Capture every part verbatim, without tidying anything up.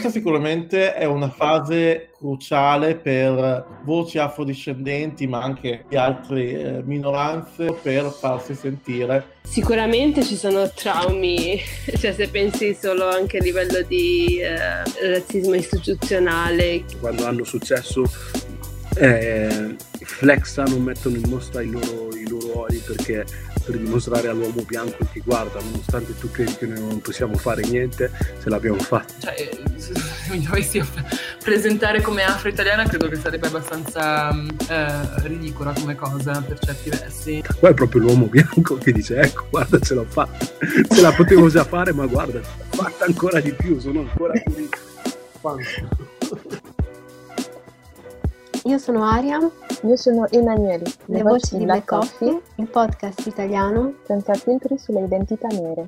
Questa sicuramente è una fase cruciale per voci afrodiscendenti, ma anche di altre eh, minoranze, per farsi sentire. Sicuramente ci sono traumi, cioè se pensi solo anche a livello di eh, razzismo istituzionale. Quando hanno successo eh, flexano, mettono in mostra i loro, i loro ori perché per dimostrare all'uomo bianco che guarda, nonostante tu credi che noi non possiamo fare niente, ce l'abbiamo fatta. Cioè, se mi dovessi presentare come afro-italiana credo che sarebbe abbastanza eh, ridicola come cosa per certi versi. Poi è proprio l'uomo bianco che dice ecco guarda ce l'ho fatta, ce la potevo già fare ma guarda, fatta ancora di più, sono ancora più Io sono Aria. Io sono Emanuele. Le, Le voci di Black Coffee, Coffee, il podcast italiano senza filtri sulle identità nere.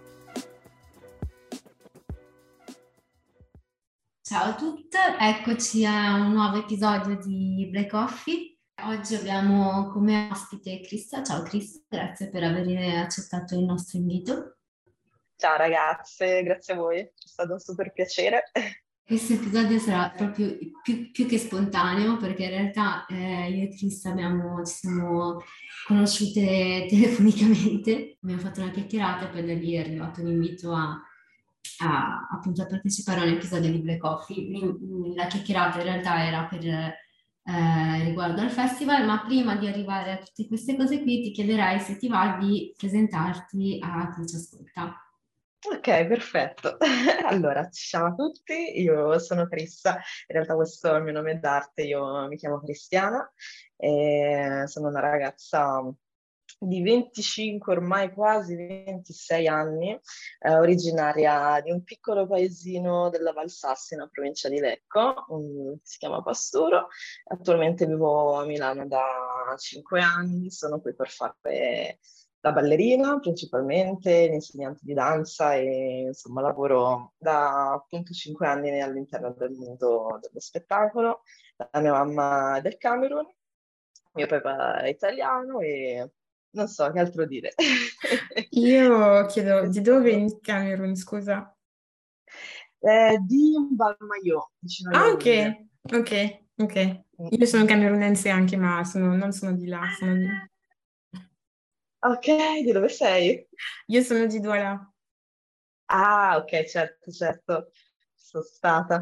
Ciao a tutte, eccoci a un nuovo episodio di Black Coffee. Oggi abbiamo come ospite Crista. Ciao Crista, grazie per aver accettato il nostro invito. Ciao ragazze, grazie a voi, è stato un super piacere. Questo episodio sarà proprio più, più che spontaneo perché in realtà eh, io e Crista abbiamo, ci siamo conosciute telefonicamente, abbiamo fatto una chiacchierata e poi da lì è arrivato l'invito a, a, appunto, a partecipare a un episodio di Black Coffee. La chiacchierata in realtà era per eh, riguardo al festival, ma prima di arrivare a tutte queste cose qui ti chiederei se ti va di presentarti a chi ci ascolta. Ok, perfetto. Allora, ciao a tutti, io sono Crista, in realtà questo è il mio nome d'arte, io mi chiamo Cristiana, e sono una ragazza di venticinque, ormai quasi ventisei anni, eh, originaria di un piccolo paesino della Valsassina, provincia di Lecco, um, si chiama Pasturo. Attualmente vivo a Milano da cinque anni, sono qui per fare la ballerina principalmente, l'insegnante di danza e insomma lavoro da appunto cinque anni all'interno del mondo dello spettacolo. La mia mamma è del Camerun, mio papà è italiano e non so che altro dire. Io chiedo, di dove in Camerun, scusa? Eh, di Mbalmayo, vicino a Ah, Yaoundé. ok, ok, ok. Io sono camerunense anche, ma sono- non sono di là, sono di... Ok, di dove sei? Io sono di Douala. Ah, ok, certo, certo, sono stata.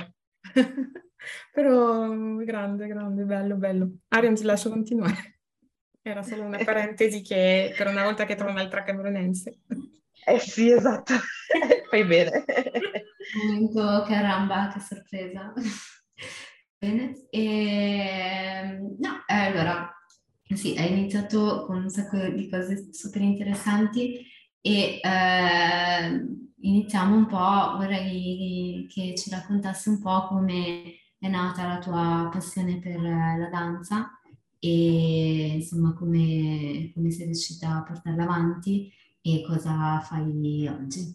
Però grande, grande, bello, bello. Arian, ti lascio continuare. Era solo una parentesi che per una volta che trovo un'altra camerunense. Eh sì, esatto, fai bene. Momento caramba, che sorpresa. Bene, e, no, eh, allora, sì, hai iniziato con un sacco di cose super interessanti e eh, iniziamo un po', vorrei che ci raccontassi un po' come è nata la tua passione per la danza e insomma come, come sei riuscita a portarla avanti e cosa fai oggi.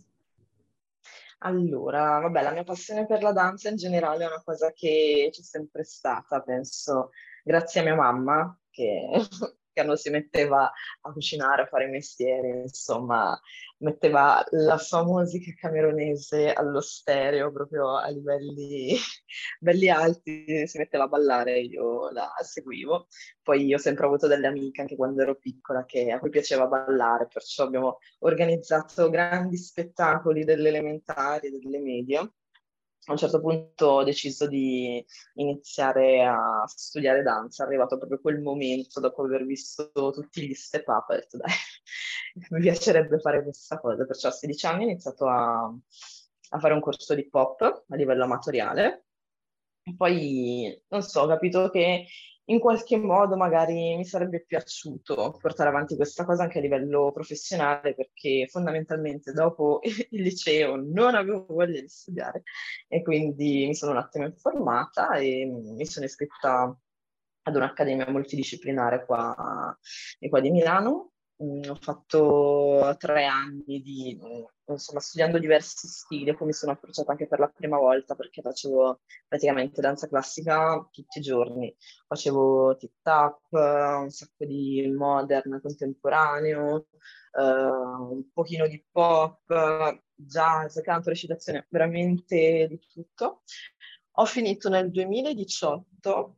Allora, vabbè, la mia passione per la danza in generale è una cosa che c'è sempre stata, penso, grazie a mia mamma, che, che quando si metteva a cucinare, a fare i mestieri, insomma, metteva la sua musica camerunese allo stereo, proprio a livelli belli alti, si metteva a ballare, io la seguivo. Poi io ho sempre avuto delle amiche, anche quando ero piccola, che, a cui piaceva ballare, perciò abbiamo organizzato grandi spettacoli delle elementari, delle medie. A un certo punto ho deciso di iniziare a studiare danza, è arrivato proprio quel momento, dopo aver visto tutti gli step up, ho detto dai, mi piacerebbe fare questa cosa, perciò a sedici anni ho iniziato a, a fare un corso di pop a livello amatoriale, e poi, non so, ho capito che in qualche modo magari mi sarebbe piaciuto portare avanti questa cosa anche a livello professionale, perché fondamentalmente dopo il liceo non avevo voglia di studiare e quindi mi sono un attimo informata e mi sono iscritta ad un'accademia multidisciplinare qua, di qua di Milano. Mm, ho fatto tre anni di, insomma, studiando diversi stili, poi mi sono approcciata anche per la prima volta perché facevo praticamente danza classica tutti i giorni. Facevo tip-tap, un sacco di modern contemporaneo, eh, un pochino di pop, jazz, canto, recitazione, veramente di tutto. Ho finito nel duemiladiciotto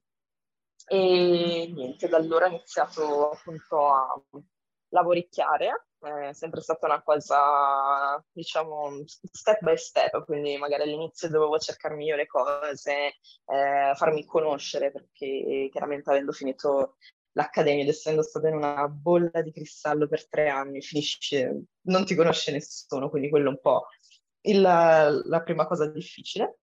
e niente, da allora ho iniziato appunto a lavoricchiare. È sempre stata una cosa, diciamo, step by step, quindi magari all'inizio dovevo cercarmi io le cose, eh, farmi conoscere, perché chiaramente avendo finito l'accademia ed essendo stata in una bolla di cristallo per tre anni, finisce, non ti conosce nessuno, quindi quello è un po' il, la prima cosa difficile.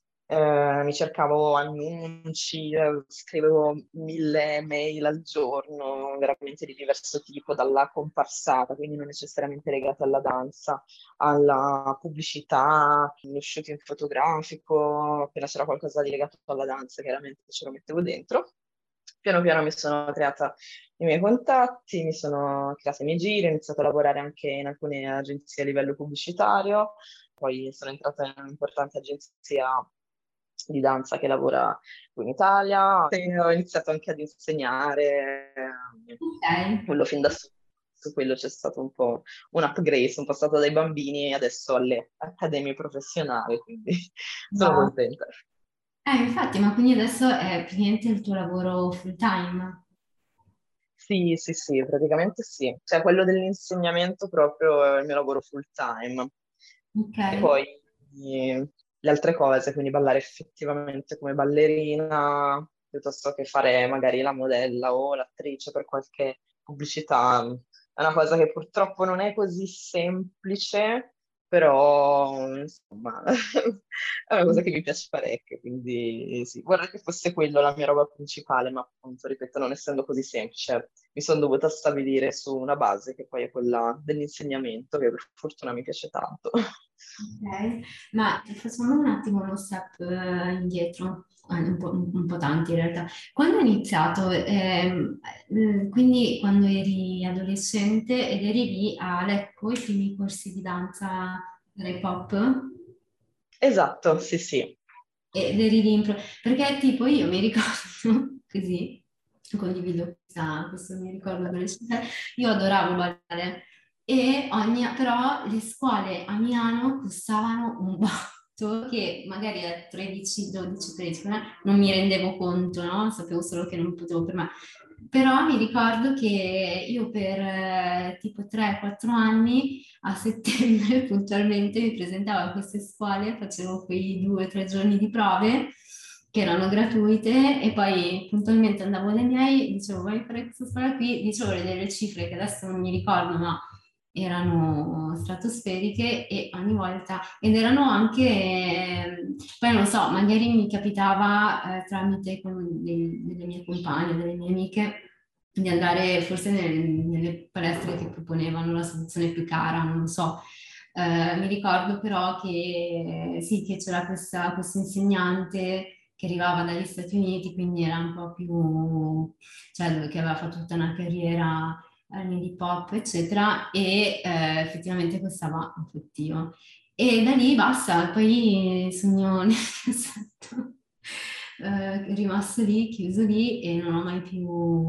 Eh, mi cercavo annunci, eh, scrivevo mille mail al giorno, veramente di diverso tipo, dalla comparsata, quindi non necessariamente legata alla danza, alla pubblicità, lo shooting fotografico, appena c'era qualcosa di legato alla danza, chiaramente ce lo mettevo dentro. Piano piano mi sono creata i miei contatti, mi sono creata i miei giri, ho iniziato a lavorare anche in alcune agenzie a livello pubblicitario, poi sono entrata in un'importante agenzia di danza che lavora qui in Italia, e ho iniziato anche ad insegnare, Ok. quello fin da subito. Su quello c'è stato un po' un upgrade, sono passata dai bambini adesso alle accademie professionali, quindi sono Wow. contenta. Eh, infatti, ma quindi adesso è praticamente il tuo lavoro full time? Sì, sì, sì, praticamente sì. Cioè, quello dell'insegnamento proprio è il mio lavoro full time. Ok. E poi eh, le altre cose, quindi ballare effettivamente come ballerina, piuttosto che fare magari la modella o l'attrice per qualche pubblicità. È una cosa che purtroppo non è così semplice, però insomma è una cosa che mi piace parecchio, quindi sì, vorrei che fosse quello la mia roba principale, ma appunto, ripeto, non essendo così semplice, mi sono dovuta stabilire su una base che poi è quella dell'insegnamento, che per fortuna mi piace tanto. Ok, ma facciamo un attimo uno step eh, indietro, eh, un po', un po' tanti in realtà. Quando hai iniziato, ehm, eh, quindi quando eri adolescente ed eri lì a Lecco, i primi corsi di danza hip hop, Esatto, sì, sì. ed eri lì in pro- perché tipo io mi ricordo così, condivido questa- questo mio ricordo adolescente, io adoravo ballare. E ogni, però le scuole a Milano costavano un botto che magari a tredici, dodici, tredici non mi rendevo conto, no? Sapevo solo che non potevo per me. Però mi ricordo che io per eh, tipo tre quattro anni a settembre puntualmente mi presentavo a queste scuole, facevo quei due o tre giorni di prove che erano gratuite e poi puntualmente andavo dai miei, dicevo vai a fare questa scuola qui, dicevo delle cifre che adesso non mi ricordo, ma erano stratosferiche e ogni volta, ed erano anche, eh, poi non so, magari mi capitava eh, tramite con dei- delle mie compagne, delle mie amiche, di andare forse nel- nelle palestre che proponevano la soluzione più cara, non lo so. Eh, mi ricordo però che sì, che c'era questa, questo insegnante che arrivava dagli Stati Uniti, quindi era un po' più, cioè che aveva fatto tutta una carriera di pop, eccetera, e eh, effettivamente costava un fottio. E da lì basta, poi sogno nel cassetto, eh, rimasto lì, chiuso lì e non ho mai più...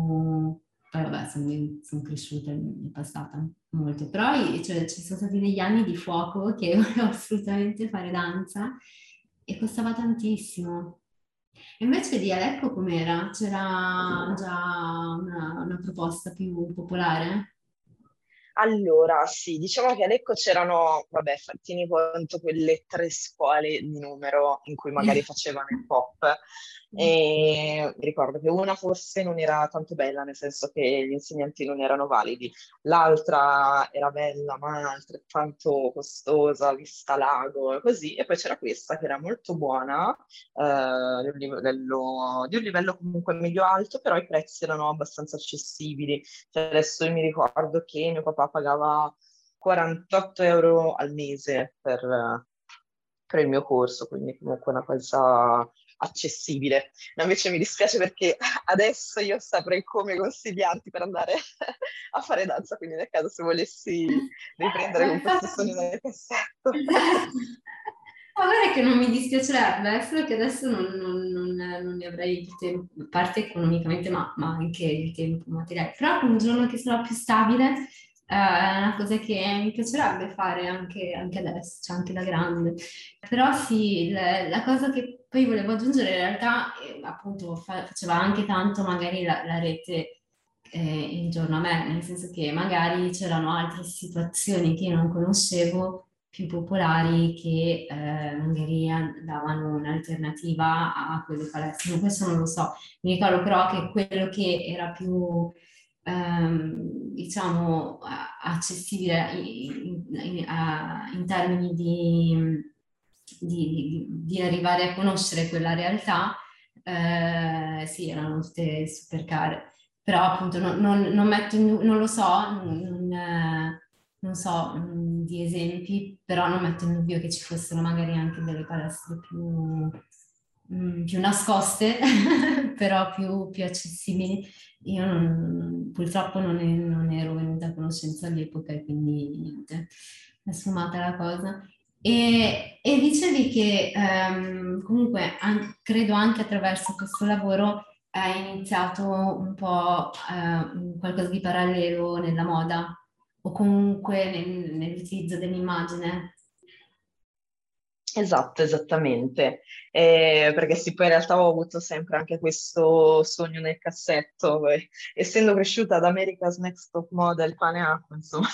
Poi vabbè, sono, sono cresciuta, mi è passata molto, però cioè, ci sono stati degli anni di fuoco che volevo assolutamente fare danza e costava tantissimo. Invece di Alecco com'era? C'era già una, una proposta più popolare? Allora, sì, diciamo che a Lecco c'erano, vabbè, fa- tieni conto quelle tre scuole di numero in cui magari facevano il pop. E mi ricordo che una forse non era tanto bella, nel senso che gli insegnanti non erano validi, l'altra era bella ma altrettanto costosa, vista lago e così, e poi c'era questa che era molto buona, eh, di un livello, di un livello comunque medio-alto, però i prezzi erano abbastanza accessibili. Cioè, adesso io mi ricordo che mio papà pagava quarantotto euro al mese per, per il mio corso, quindi comunque una cosa accessibile. Ma invece mi dispiace perché adesso io saprei come consigliarti per andare a fare danza, quindi nel caso se volessi riprendere con questo sogno nel cassetto. Ma guarda che non mi dispiacerebbe, eh, solo che adesso non, non- non- non ne avrei il tempo, a parte economicamente, ma, ma anche il tempo materiale. Però un giorno che sarò più stabile, è una cosa che mi piacerebbe fare anche, anche adesso, cioè anche da grande. Però sì, la, la cosa che poi volevo aggiungere in realtà, eh, appunto, fa- faceva anche tanto magari la, la rete eh, intorno a me, nel senso che magari c'erano altre situazioni che io non conoscevo, più popolari, che eh, magari davano un'alternativa a quelle palestre. Questo non lo so. Mi ricordo però che quello che era più ehm, diciamo, a- accessibile in, in- a- in termini di, di- di arrivare a conoscere quella realtà, eh, sì, erano tutte super care. Però appunto non, non- non metto in du- non lo so, non, non, eh, non so mh, di esempi, però non metto in dubbio che ci fossero magari anche delle palestre più, mh, più nascoste, però più, più accessibili. Io non- purtroppo non, ne- non ero venuta a conoscenza all'epoca e quindi niente, è sfumata la cosa. E, e dicevi che ehm, comunque an- credo anche attraverso questo lavoro hai iniziato un po' eh, un qualcosa di parallelo nella moda o comunque nel- nell'utilizzo dell'immagine. Esatto, esattamente. Eh, perché sì, poi in realtà ho avuto sempre anche questo sogno nel cassetto, poi, essendo cresciuta ad America's Next Top Model, pane e acqua, insomma.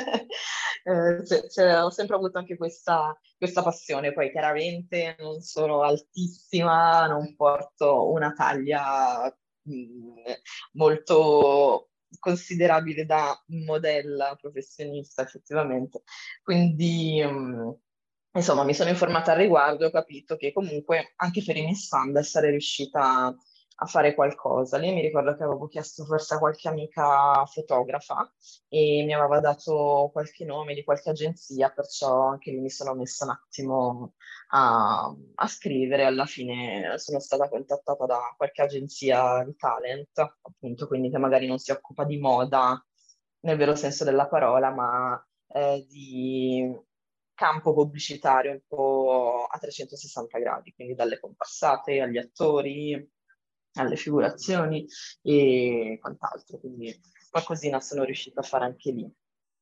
Eh, cioè- cioè, ho sempre avuto anche questa, questa passione, poi chiaramente non sono altissima, non porto una taglia mh, molto considerabile da modella professionista, effettivamente. Quindi, mh, insomma, mi sono informata al riguardo e ho capito che comunque anche per i Miss Fanda sarei riuscita a fare qualcosa. Lì mi ricordo che avevo chiesto forse a qualche amica fotografa e mi aveva dato qualche nome di qualche agenzia, perciò anche lì mi sono messa un attimo a, a scrivere. Alla fine sono stata contattata da qualche agenzia di talent, appunto, quindi che magari non si occupa di moda nel vero senso della parola, ma eh, di campo pubblicitario un po' a trecentosessanta gradi, quindi dalle comparsate agli attori, alle figurazioni e quant'altro. Quindi qualcosina sono riuscita a fare anche lì.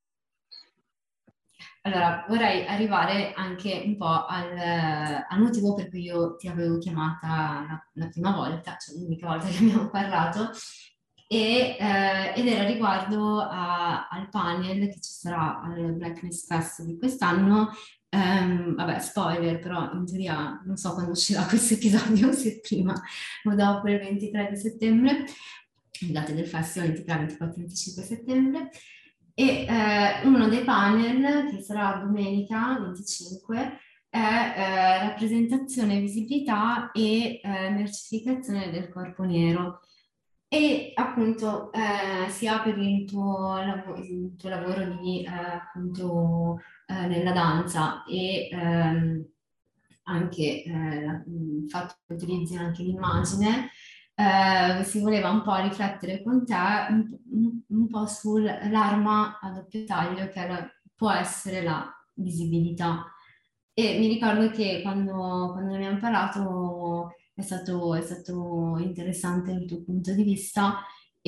Allora, vorrei arrivare anche un po' al, al motivo per cui io ti avevo chiamata la, la prima volta, cioè l'unica volta che abbiamo parlato, e, eh, ed era riguardo a- al panel che ci sarà al Blackness Fest di quest'anno. Ehm, vabbè, spoiler, però in teoria non so quando uscirà questo episodio, se prima o dopo il ventitré di settembre, le date del festival ventitré, ventiquattro, venticinque settembre. E eh, uno dei panel, che sarà domenica venticinque, è eh, rappresentazione, visibilità e eh, mercificazione del corpo nero. E appunto eh, sia per il tuo, lav- il tuo lavoro di, eh, appunto, eh, nella danza e ehm, anche eh, la- il fatto che utilizzi anche l'immagine, eh, si voleva un po' riflettere con te un, un- un po' sull'arma a doppio taglio che era- può essere la visibilità. E mi ricordo che quando, quando ne abbiamo parlato è stato, è stato interessante il tuo punto di vista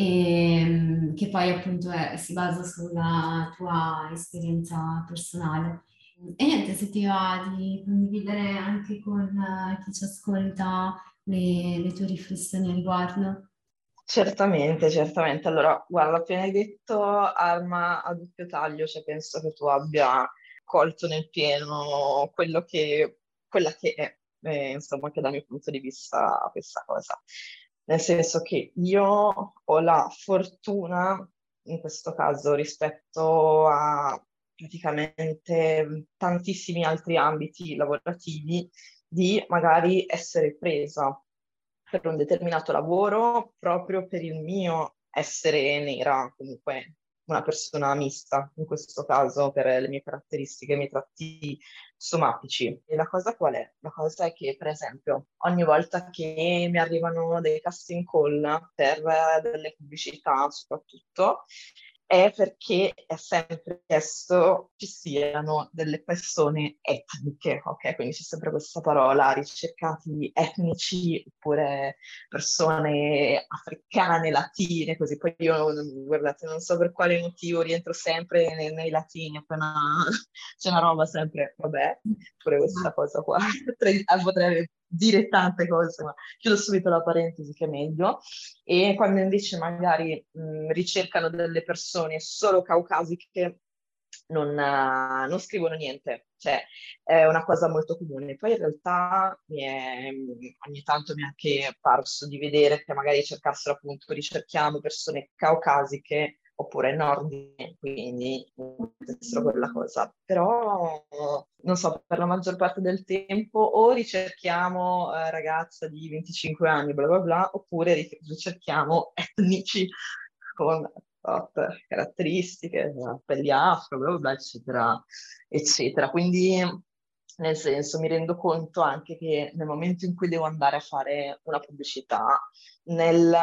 e che poi appunto è- si basa sulla tua esperienza personale. E niente, se ti va di condividere anche con eh, chi ci ascolta le, le tue riflessioni a riguardo. Certamente, certamente. Allora, guarda, appena hai detto arma a doppio taglio, cioè penso che tu abbia colto nel pieno quello che, quella che è, eh, insomma, anche dal mio punto di vista questa cosa. Nel senso che io ho la fortuna, in questo caso, rispetto a praticamente tantissimi altri ambiti lavorativi, di magari essere presa per un determinato lavoro proprio per il mio essere nera, comunque una persona mista, in questo caso per le mie caratteristiche, i miei tratti somatici. E la cosa qual è? La cosa è che, per esempio, ogni volta che mi arrivano dei casting call per delle pubblicità, soprattutto, è perché è sempre chiesto ci siano delle persone etniche, ok? Quindi c'è sempre questa parola, ricercati etnici oppure persone africane, latine, così. Poi io, guardate, non so per quale motivo rientro sempre nei, nei latini, appena c'è una roba sempre, vabbè, pure questa cosa qua, potrei, potrei dire tante cose, ma chiudo subito la parentesi che è meglio. E quando invece magari mh, ricercano delle persone solo caucasiche, non, uh, non scrivono niente, cioè è una cosa molto comune. Poi in realtà mi è, ogni tanto mi è anche parso di vedere che magari cercassero appunto, ricerchiamo persone caucasiche oppure nordiche, quindi solo quella cosa. Però, non so, per la maggior parte del tempo o ricerchiamo eh, ragazza di venticinque anni, bla bla bla, oppure ricerchiamo etnici con tot caratteristiche, pelli afro, bla bla bla, eccetera, eccetera. Quindi, nel senso, mi rendo conto anche che nel momento in cui devo andare a fare una pubblicità, nel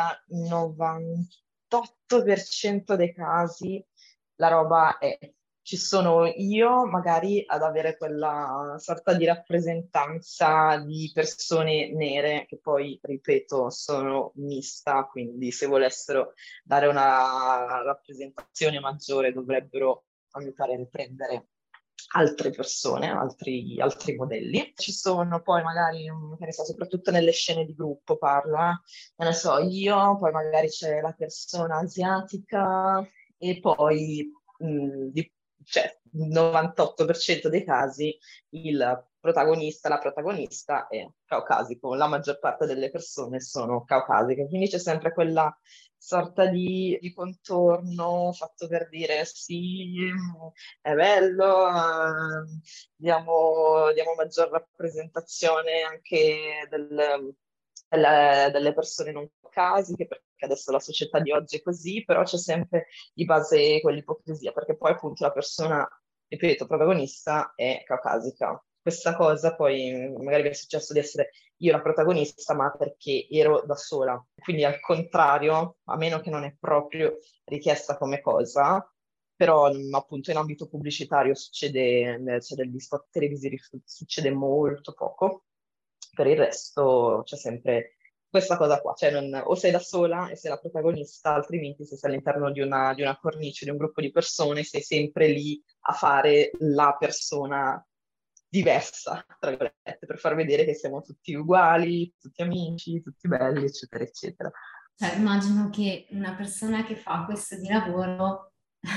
novantotto per cento dei casi la roba è, ci sono io magari ad avere quella sorta di rappresentanza di persone nere, che poi, ripeto, sono mista, quindi se volessero dare una rappresentazione maggiore dovrebbero, a mio parere, prendere altre persone, altri, altri modelli. Ci sono poi magari, che ne so, soprattutto nelle scene di gruppo parlo, eh, ne so, io, poi magari c'è la persona asiatica e poi mh, di, cioè, il novantotto per cento dei casi il protagonista, la protagonista è caucasico, la maggior parte delle persone sono caucasiche, quindi c'è sempre quella sorta di, di contorno fatto per dire sì, è bello, eh, diamo, diamo maggior rappresentazione anche del, delle, delle persone non caucasiche, perché adesso la società di oggi è così, però c'è sempre di base quell'ipocrisia, perché poi appunto la persona, ripeto, protagonista è caucasica. Questa cosa poi magari mi è successo di essere io la protagonista, ma perché ero da sola. Quindi al contrario, a meno che non è proprio richiesta come cosa, però appunto in ambito pubblicitario succede, cioè degli spot televisivi succede molto poco. Per il resto c'è sempre questa cosa qua, cioè non, o sei da sola e sei la protagonista, altrimenti se sei all'interno di una, di una cornice, di un gruppo di persone, sei sempre lì a fare la persona diversa, tra virgolette, per far vedere che siamo tutti uguali, tutti amici, tutti belli, eccetera, eccetera. Cioè, immagino che una persona che fa questo di lavoro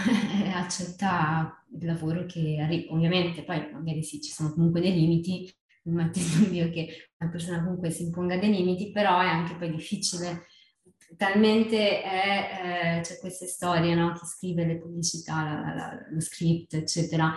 accetta il lavoro che arriva. Ovviamente poi magari sì, ci sono comunque dei limiti, non metto in dubbio che una persona comunque si imponga dei limiti, però è anche poi difficile. Talmente è, eh, c'è queste storie, no? Chi scrive le pubblicità, la, la, lo script, eccetera,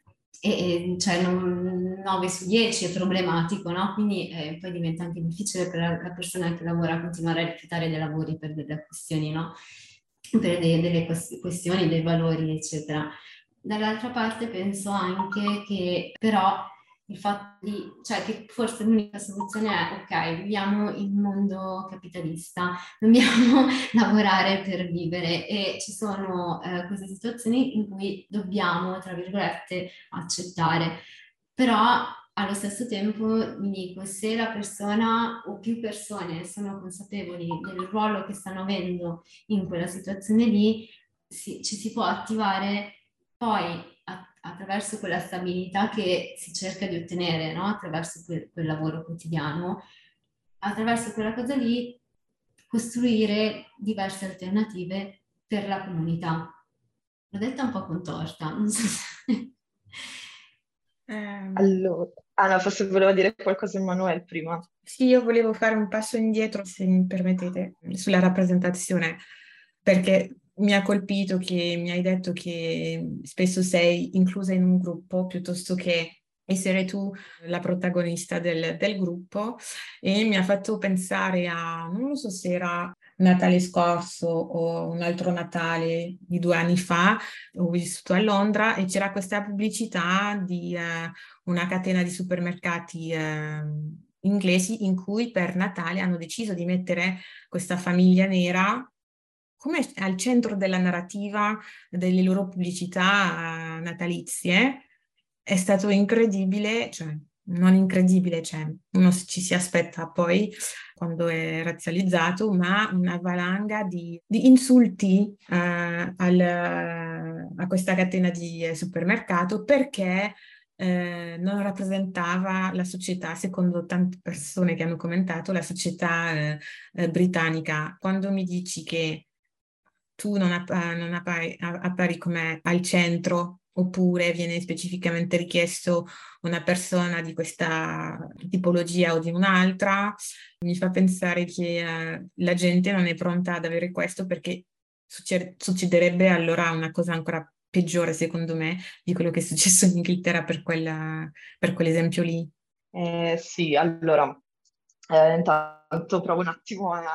e cioè nove su dieci è problematico, no? Quindi eh, poi diventa anche difficile per la, la persona che lavora continuare a rifiutare dei lavori per delle questioni, no? Per de, delle questioni, dei valori, eccetera. Dall'altra parte penso anche che però il fatto di, cioè che forse l'unica soluzione è ok, viviamo in un mondo capitalista, dobbiamo lavorare per vivere e ci sono eh, queste situazioni in cui dobbiamo, tra virgolette, accettare. Però allo stesso tempo mi dico, se la persona o più persone sono consapevoli del ruolo che stanno avendo in quella situazione lì, si, ci si può attivare poi attraverso quella stabilità che si cerca di ottenere, no? Attraverso quel, quel lavoro quotidiano, attraverso quella cosa lì costruire diverse alternative per la comunità. L'ho detta un po' contorta, non so se... Allora, ah no, forse volevo dire qualcosa Emanuele prima. Sì, io volevo fare un passo indietro, se mi permettete, sulla rappresentazione, perché mi ha colpito che mi hai detto che spesso sei inclusa in un gruppo piuttosto che essere tu la protagonista del, del gruppo, e mi ha fatto pensare a, non so se era Natale scorso o un altro Natale di due anni fa, ho vissuto a Londra e c'era questa pubblicità di uh, una catena di supermercati uh, inglesi in cui per Natale hanno deciso di mettere questa famiglia nera come al centro della narrativa delle loro pubblicità natalizie. È stato incredibile, cioè non incredibile, cioè uno ci si aspetta poi quando è razzializzato, ma una valanga di, di insulti eh, al, a questa catena di eh, supermercato perché eh, non rappresentava la società, secondo tante persone che hanno commentato, la società eh, eh, britannica. Quando mi dici che tu non, app- non appari, appari come al centro, oppure viene specificamente richiesto una persona di questa tipologia o di un'altra, mi fa pensare che eh, la gente non è pronta ad avere questo, perché succe- succederebbe allora una cosa ancora peggiore, secondo me, di quello che è successo in Inghilterra per, quella, per quell'esempio lì. Eh, sì, allora, eh, intanto provo un attimo a,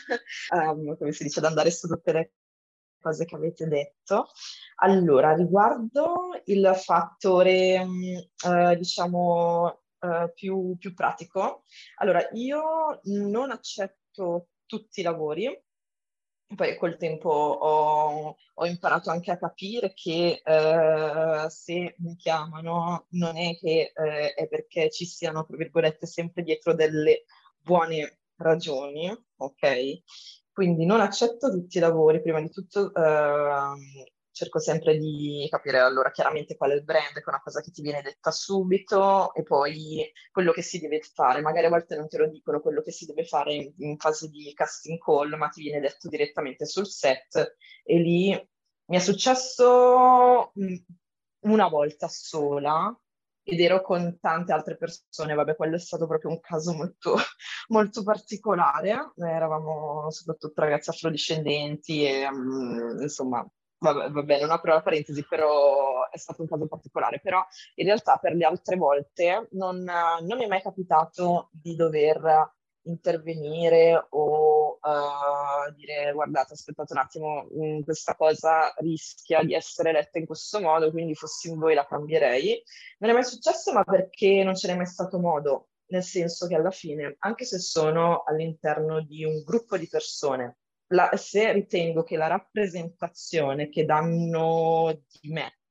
a, come si dice, ad andare su tutte le cose che avete detto. Allora, riguardo il fattore, mh, eh, diciamo, eh, più, più pratico, allora, io non accetto tutti i lavori. Poi col tempo ho, ho imparato anche a capire che eh, se mi chiamano non è che eh, è perché ci siano, tra virgolette, sempre dietro delle buone ragioni, ok? Quindi non accetto tutti i lavori, prima di tutto ehm, cerco sempre di capire allora chiaramente qual è il brand, che è una cosa che ti viene detta subito, e poi quello che si deve fare. Magari a volte non te lo dicono quello che si deve fare in, in fase di casting call, ma ti viene detto direttamente sul set, e lì mi è successo mh, una volta sola, ed ero con tante altre persone. Vabbè, quello è stato proprio un caso molto, molto particolare. Noi eravamo soprattutto ragazzi afrodiscendenti e um, insomma, vabbè, vabbè, non apro la parentesi, però è stato un caso particolare. Però in realtà per le altre volte non, non mi è mai capitato di dover intervenire o uh, dire guardate, aspettate un attimo, mh, questa cosa rischia di essere letta in questo modo, quindi fossi in voi la cambierei. Non è mai successo, ma perché non ce n'è mai stato modo, nel senso che alla fine, anche se sono all'interno di un gruppo di persone, la- se ritengo che la rappresentazione che danno di me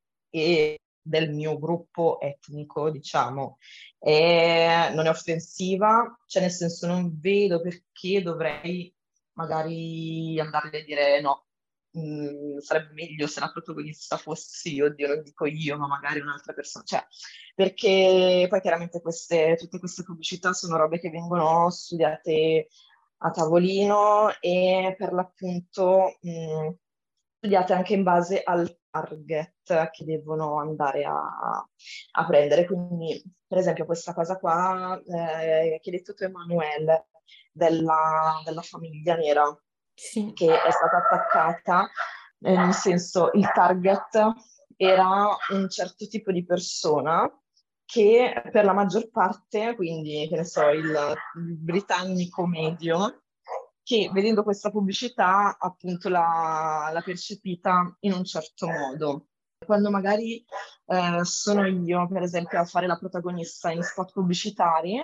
e del mio gruppo etnico, diciamo, è- non è offensiva, cioè nel senso non vedo perché dovrei magari andarle a dire no. Mm, sarebbe meglio se la protagonista fossi, oddio, non dico io, ma magari un'altra persona, cioè, perché poi chiaramente queste, tutte queste pubblicità sono robe che vengono studiate a tavolino e per l'appunto mh, studiate anche in base al target che devono andare a, a prendere. Quindi, per esempio, questa cosa qua eh, che hai detto tu, Emanuele, della, della famiglia nera, Sì. che è stata attaccata, eh, nel senso il target era un certo tipo di persona che per la maggior parte, quindi che ne so, il, il britannico medio, che vedendo questa pubblicità appunto l'ha, l'ha percepita in un certo modo. Quando magari eh, sono io, per esempio, a fare la protagonista in spot pubblicitari,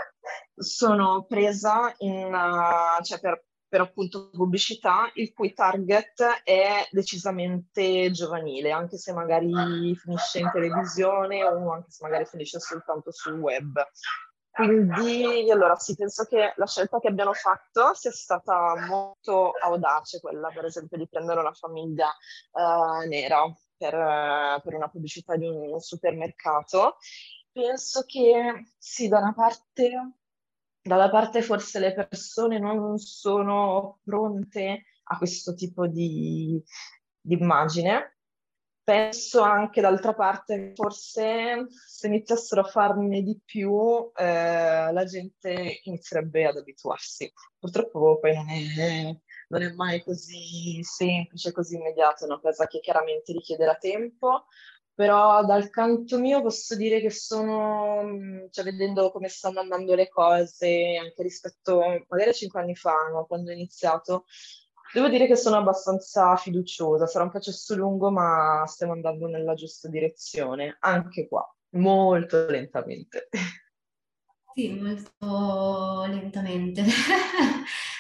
sono presa in, uh, cioè per, per appunto pubblicità il cui target è decisamente giovanile, anche se magari finisce in televisione o anche se magari finisce soltanto sul web. Quindi, allora sì, penso che la scelta che abbiano fatto sia stata molto audace, quella per esempio di prendere una famiglia uh, nera per, uh, per una pubblicità di un supermercato. Penso che sì, da una parte, dalla parte forse le persone non sono pronte a questo tipo di, di immagine. Penso anche d'altra parte, forse se iniziassero a farne di più, eh, la gente inizierebbe ad abituarsi. Purtroppo poi non è, non è mai così semplice, così immediato, è una cosa che chiaramente richiederà tempo, però dal canto mio posso dire che sono, mh, cioè vedendo come stanno andando le cose, anche rispetto magari a cinque anni fa, no, quando ho iniziato, devo dire che sono abbastanza fiduciosa. Sarà un processo lungo, ma stiamo andando nella giusta direzione, anche qua, molto lentamente. Sì, molto lentamente,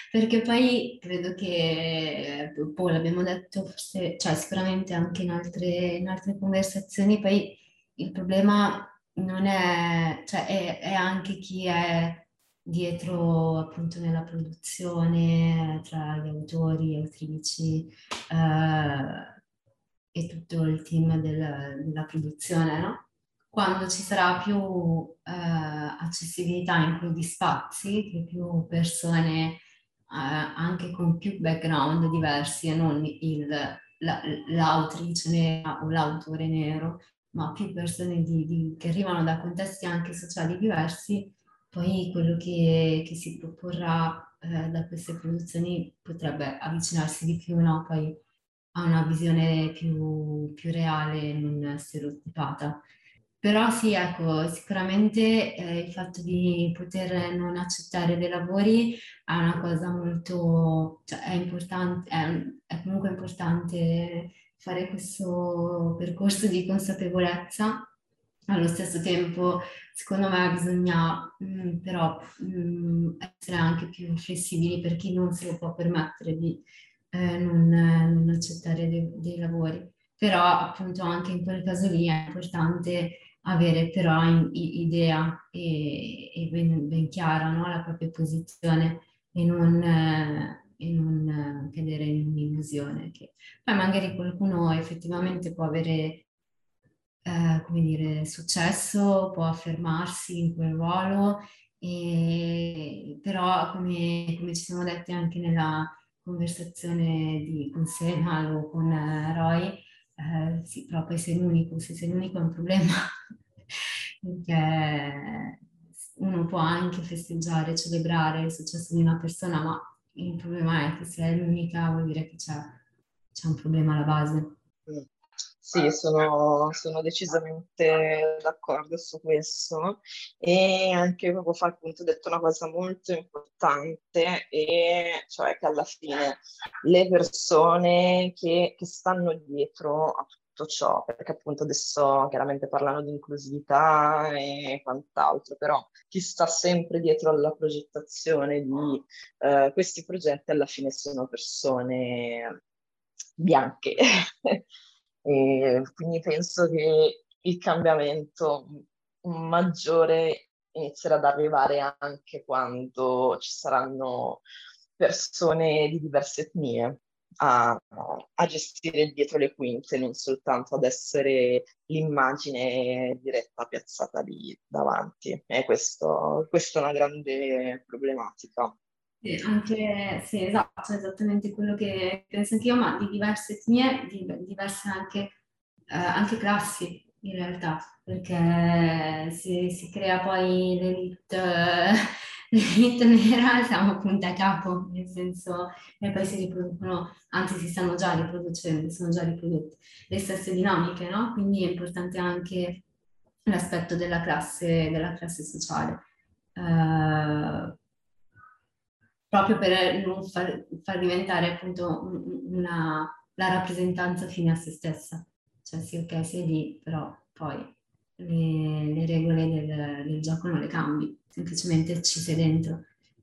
Perché poi credo che, poi l'abbiamo detto, forse, cioè sicuramente anche in altre, in altre conversazioni, poi il problema non è, cioè è, è anche chi è dietro appunto nella produzione, tra gli autori, autrici, eh, e tutto il team del- della produzione, no? Quando ci sarà più eh, accessibilità in quegli spazi, che più persone eh, anche con più background diversi e non il, la- l'autrice nera o l'autore nero, ma più persone di- di- che arrivano da contesti anche sociali diversi, poi quello che, che si proporrà eh, da queste produzioni potrebbe avvicinarsi di più, no? Poi a una visione più, più reale, non stereotipata. Però sì, ecco, sicuramente eh, il fatto di poter non accettare dei lavori è una cosa molto, cioè è importante, è, è comunque importante fare questo percorso di consapevolezza. Allo stesso tempo, secondo me, bisogna mh, però mh, essere anche più flessibili per chi non se lo può permettere di eh, non, non accettare dei, dei lavori. Però appunto anche in quel caso lì è importante avere però in- i- idea e, e ben, ben chiara, no, la propria posizione e non, eh, e non eh, cadere in un'illusione che poi magari qualcuno effettivamente può avere eh, come dire, successo, può affermarsi in quel ruolo, e, però come, come ci siamo detti anche nella conversazione di, con Senal o con eh, Roy, eh, sì, però poi sei l'unico, se sei l'unico è un problema, perché uno può anche festeggiare, celebrare il successo di una persona, ma il problema è che se è l'unica vuol dire che c'è c'è un problema alla base. Sì, sono, sono decisamente d'accordo su questo e anche poco fa appunto ho detto una cosa molto importante, e cioè che alla fine le persone che, che stanno dietro a tutto ciò, perché appunto adesso chiaramente parlano di inclusività e quant'altro, però chi sta sempre dietro alla progettazione di eh, questi progetti alla fine sono persone bianche. E quindi penso che il cambiamento maggiore inizierà ad arrivare anche quando ci saranno persone di diverse etnie a, a gestire dietro le quinte, non soltanto ad essere l'immagine diretta piazzata lì davanti. E questo, questa è una grande problematica. Sì, anche, sì, esatto, esattamente quello che penso anch'io, ma di diverse etnie, di diverse anche, eh, anche classi in realtà, perché si, si crea poi l'elite, l'elite nera, siamo punta a capo, nel senso, e poi si riproducono, anzi si stanno già riproducendo, sono già riprodotte le stesse dinamiche, no? Quindi è importante anche l'aspetto della classe, della classe sociale. Eh, proprio per non far, far diventare appunto un- una, la rappresentanza fine a se stessa. Cioè sì, ok, sei lì, però poi le, le regole del, del gioco non le cambi, semplicemente ci sei dentro.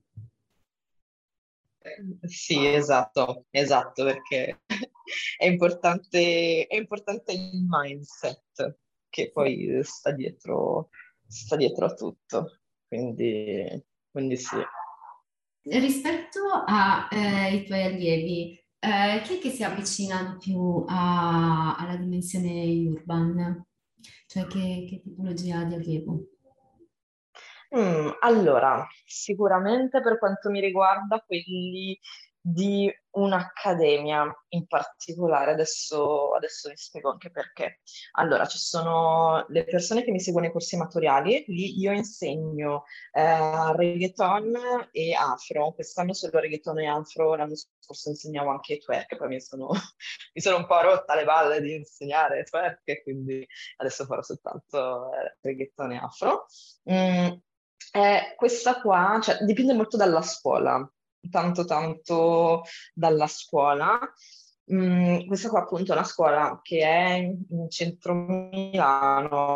Sì, esatto, esatto, perché è importante, è importante il mindset che poi sta dietro, sta dietro a tutto. Quindi, quindi sì. Rispetto ai tuoi allievi, eh, chi è che si avvicina di più a- alla dimensione urban? Cioè che, che tipologia di allievo? Mm, allora, sicuramente per quanto mi riguarda quelli di un'accademia in particolare, adesso, adesso vi spiego anche perché. Allora, ci sono le persone che mi seguono ai corsi amatoriali, lì io insegno eh, reggaeton e afro, quest'anno solo reggaeton e afro, l'anno scorso insegnavo anche twerk, poi mi sono, mi sono un po' rotta le balle di insegnare twerk, quindi adesso farò soltanto eh, reggaeton e afro. Mm, eh, questa qua, cioè, dipende molto dalla scuola, tanto tanto dalla scuola. Mm, questa qua appunto è una scuola che è in centro Milano,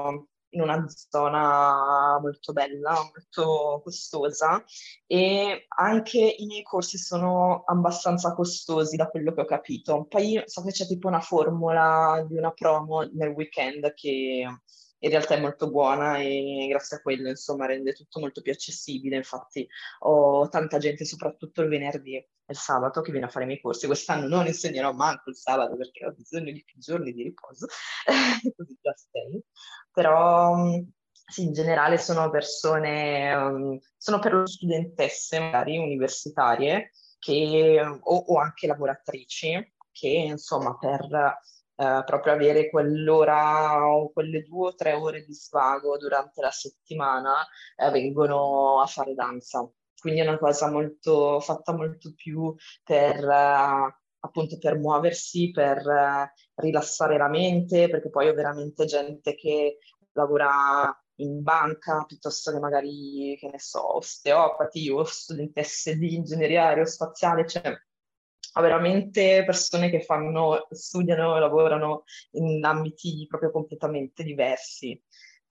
in una zona molto bella, molto costosa, e anche i miei corsi sono abbastanza costosi da quello che ho capito. Poi so che c'è tipo una formula di una promo nel weekend che in realtà è molto buona e grazie a quello, insomma, rende tutto molto più accessibile. Infatti ho tanta gente, soprattutto il venerdì e il sabato, che viene a fare i miei corsi. Quest'anno non insegnerò manco il sabato perché ho bisogno di più giorni di riposo, così già sei. Però sì, in generale sono persone, um, sono per lo studentesse magari universitarie che, o, o anche lavoratrici che insomma per eh, proprio avere quell'ora o quelle due o tre ore di svago durante la settimana eh, vengono a fare danza. Quindi è una cosa molto fatta molto più per eh, appunto per muoversi, per eh, rilassare la mente, perché poi ho veramente gente che lavora in banca piuttosto che magari, che ne so, osteopati o studentesse di ingegneria aerospaziale, cioè ho veramente persone che fanno, studiano e lavorano in ambiti proprio completamente diversi.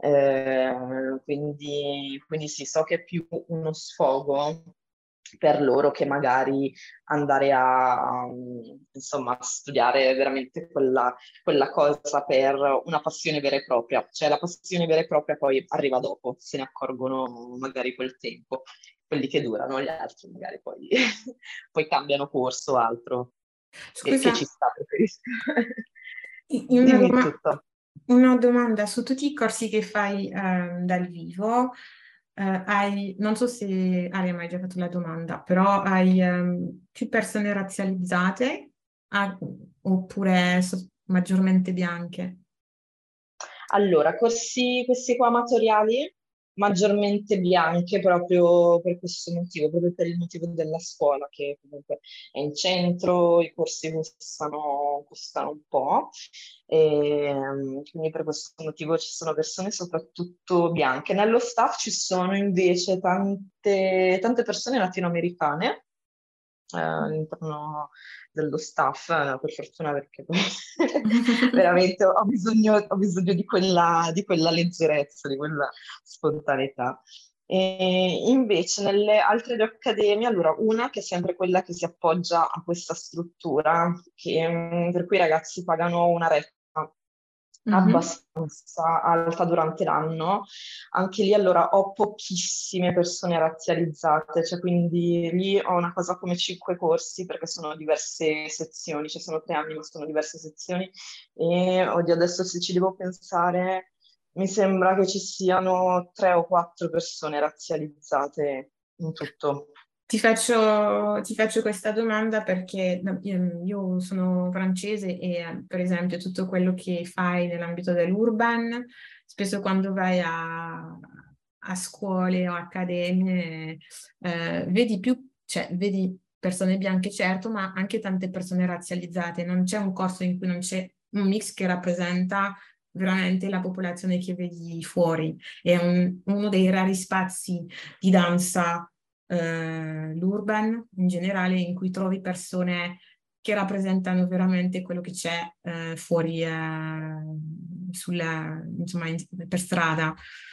Eh, quindi, quindi sì, so che è più uno sfogo per loro che magari andare a, insomma, a studiare veramente quella, quella cosa per una passione vera e propria. Cioè la passione vera e propria poi arriva dopo, se ne accorgono magari quel tempo. Quelli che durano, gli altri magari poi, poi cambiano corso o altro. Scusa, E che ci sta, preferisco. una, Dimmi doma- tutto. una domanda su tutti i corsi che fai ehm, dal vivo. eh, hai, non so se hai mai già fatto la domanda, però hai ehm, più persone razzializzate ah, oppure so- maggiormente bianche? Allora, corsi questi qua amatoriali, maggiormente bianche proprio per questo motivo, proprio per il motivo della scuola, che comunque è in centro, i corsi costano, costano un po', e, um, quindi per questo motivo ci sono persone soprattutto bianche. Nello staff ci sono invece tante, tante persone latinoamericane eh, all'interno dello staff, eh, per fortuna, perché poi veramente ho bisogno, ho bisogno di quella, di quella leggerezza, di quella spontaneità. E invece nelle altre due accademie, allora una che è sempre quella che si appoggia a questa struttura, che, mm, per cui i ragazzi pagano una retta Mhm. abbastanza alta durante l'anno. Anche lì allora ho pochissime persone razzializzate, cioè quindi lì ho una cosa come cinque corsi perché sono diverse sezioni, cioè sono tre anni ma sono diverse sezioni e oddio, adesso se ci devo pensare mi sembra che ci siano tre o quattro persone razzializzate in tutto. Ti faccio, ti faccio questa domanda perché no, io, io sono francese e eh, per esempio tutto quello che fai nell'ambito dell'urban, spesso quando vai a, a scuole o accademie, eh, vedi più, cioè vedi persone bianche certo, ma anche tante persone razzializzate. Non c'è un corso in cui non c'è un mix che rappresenta veramente la popolazione che vedi fuori. È un- uno dei rari spazi di danza eh, l'urban in generale, in cui trovi persone che rappresentano veramente quello che c'è eh, fuori eh, sulla, insomma, in- per strada.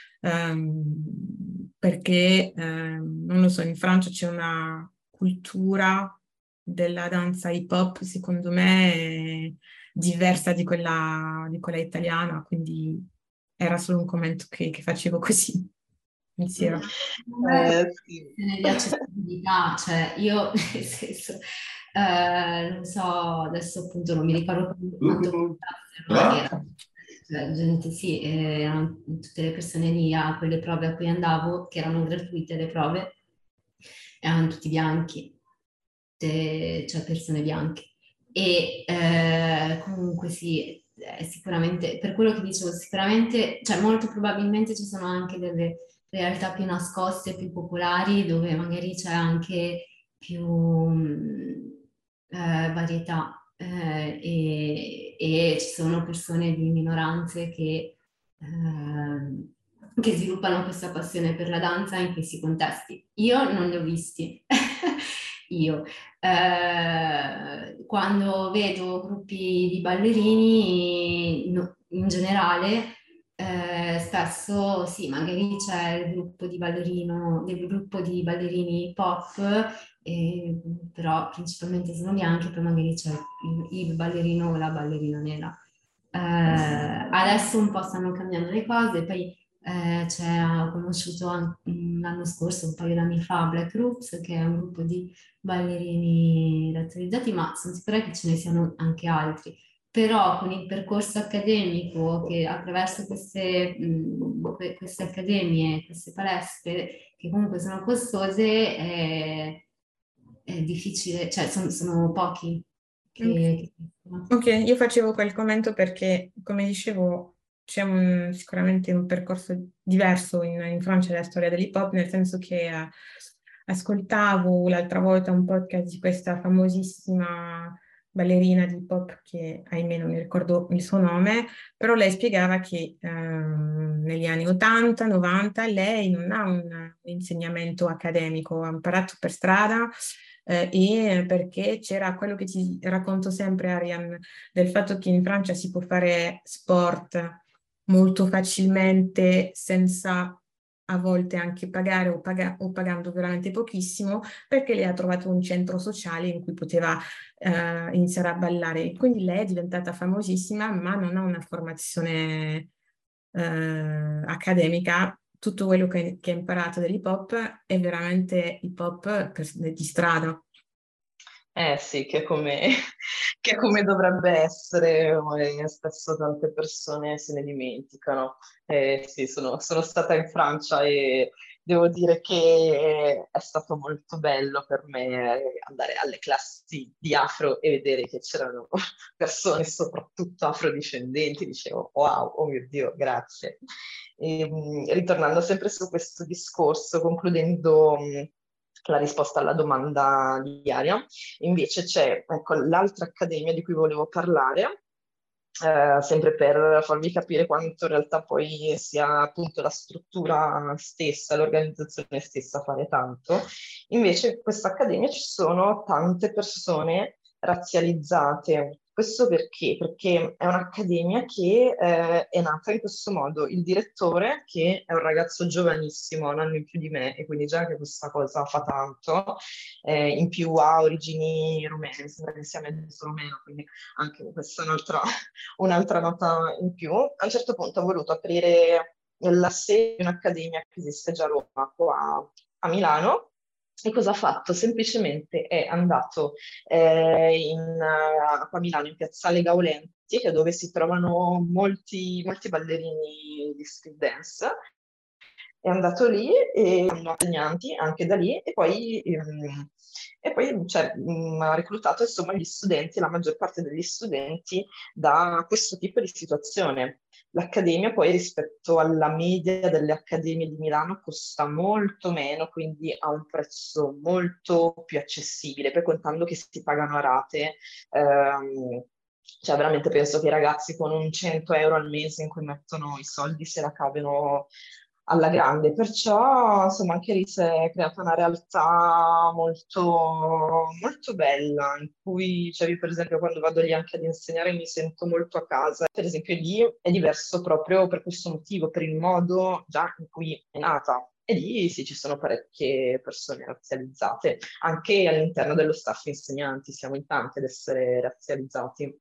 Ehm, perché, ehm, non lo so, in Francia c'è una cultura della danza hip hop, secondo me, diversa di quella, di quella italiana, quindi era solo un commento che, che facevo così. Pensiero. Eh, sì. Di accessibilità, cioè io nel senso, eh, non so, adesso appunto non mi ricordo quanto costassero, ma era, cioè, gente, sì, eh, erano tutte le persone lì a quelle prove a cui andavo, che erano gratuite le prove, erano tutti bianchi, te- cioè persone bianche. E eh, comunque sì, eh, sicuramente, per quello che dicevo, sicuramente, cioè molto probabilmente ci sono anche delle realtà più nascoste, più popolari, dove magari c'è anche più mh, eh, varietà eh, e, e ci sono persone di minoranze che, eh, che sviluppano questa passione per la danza in questi contesti. Io non li ho visti. Io eh, quando vedo gruppi di ballerini, no, in generale, eh, eh, spesso sì, magari c'è il gruppo di ballerino, del gruppo di ballerini pop, eh, però principalmente sono bianchi, poi magari c'è il, il ballerino o la ballerina nera. Eh, adesso un po' stanno cambiando le cose, poi eh, c'è, ho conosciuto an- mm, l'anno scorso, un paio d'anni fa, Black Roots, che è un gruppo di ballerini razzializzati, ma sono sicura che ce ne siano anche altri. Però con il percorso accademico che attraverso queste, mh, que- queste accademie, queste palestre, che comunque sono costose, è, è difficile, cioè sono, sono pochi che... che... Ok, io facevo quel commento perché, come dicevo, c'è un- sicuramente un percorso diverso in, in Francia della storia dell'hip hop, nel senso che eh, ascoltavo l'altra volta un podcast di questa famosissima ballerina di hip hop che, ahimè, non mi ricordo il suo nome, però lei spiegava che ehm, negli anni ottanta novanta lei non ha un, un insegnamento accademico, ha imparato per strada eh, e perché c'era quello che ti racconto sempre, Ariane, del fatto che in Francia si può fare sport molto facilmente senza a volte anche pagare o, paga- o pagando veramente pochissimo, perché lei ha trovato un centro sociale in cui poteva eh, iniziare a ballare. Quindi lei è diventata famosissima, ma non ha una formazione eh, accademica. Tutto quello che, che ha imparato dell'hip hop è veramente hip hop per- di strada. Eh sì, che è come, che è come dovrebbe essere, e spesso tante persone se ne dimenticano. Eh, sì, sono, sono stata in Francia e devo dire che è stato molto bello per me andare alle classi di afro e vedere che c'erano persone soprattutto afrodiscendenti. Dicevo, wow, oh mio Dio, grazie. E, mh, ritornando sempre su questo discorso, concludendo mh, la risposta alla domanda di Aria, invece c'è ecco, l'altra accademia di cui volevo parlare, eh, sempre per farvi capire quanto in realtà poi sia appunto la struttura stessa, l'organizzazione stessa a fare tanto. Invece in questa accademia ci sono tante persone razzializzate. Questo perché? Perché è un'accademia che eh, è nata in questo modo. Il direttore, che è un ragazzo giovanissimo, un anno in più di me, e quindi già che questa cosa fa tanto, eh, in più ha origini rumene, mi sembra che sia mezzo rumeno, quindi anche questa è un'altra, un'altra nota in più. A un certo punto ha voluto aprire la sede di un'accademia che esiste già a Roma, qua a Milano. E cosa ha fatto? Semplicemente è andato eh, in, uh, qua a Milano, in Piazzale Gaulenti, che è dove si trovano molti, molti ballerini di street dance. È andato lì e hanno insegnanti anche da lì e poi, ehm, e poi cioè, mh, ha reclutato insomma gli studenti, la maggior parte degli studenti da questo tipo di situazione. L'accademia poi rispetto alla media delle accademie di Milano costa molto meno, quindi ha un prezzo molto più accessibile, poi contando che si pagano a rate, ehm, cioè veramente penso che i ragazzi con un cento euro al mese in cui mettono i soldi se la cavino alla grande, perciò insomma anche lì si è creata una realtà molto, molto bella in cui, cioè io per esempio quando vado lì anche ad insegnare mi sento molto a casa, per esempio lì è diverso proprio per questo motivo, per il modo già in cui è nata. E lì sì, ci sono parecchie persone razzializzate, anche all'interno dello staff insegnanti, siamo in tanti ad essere razzializzati.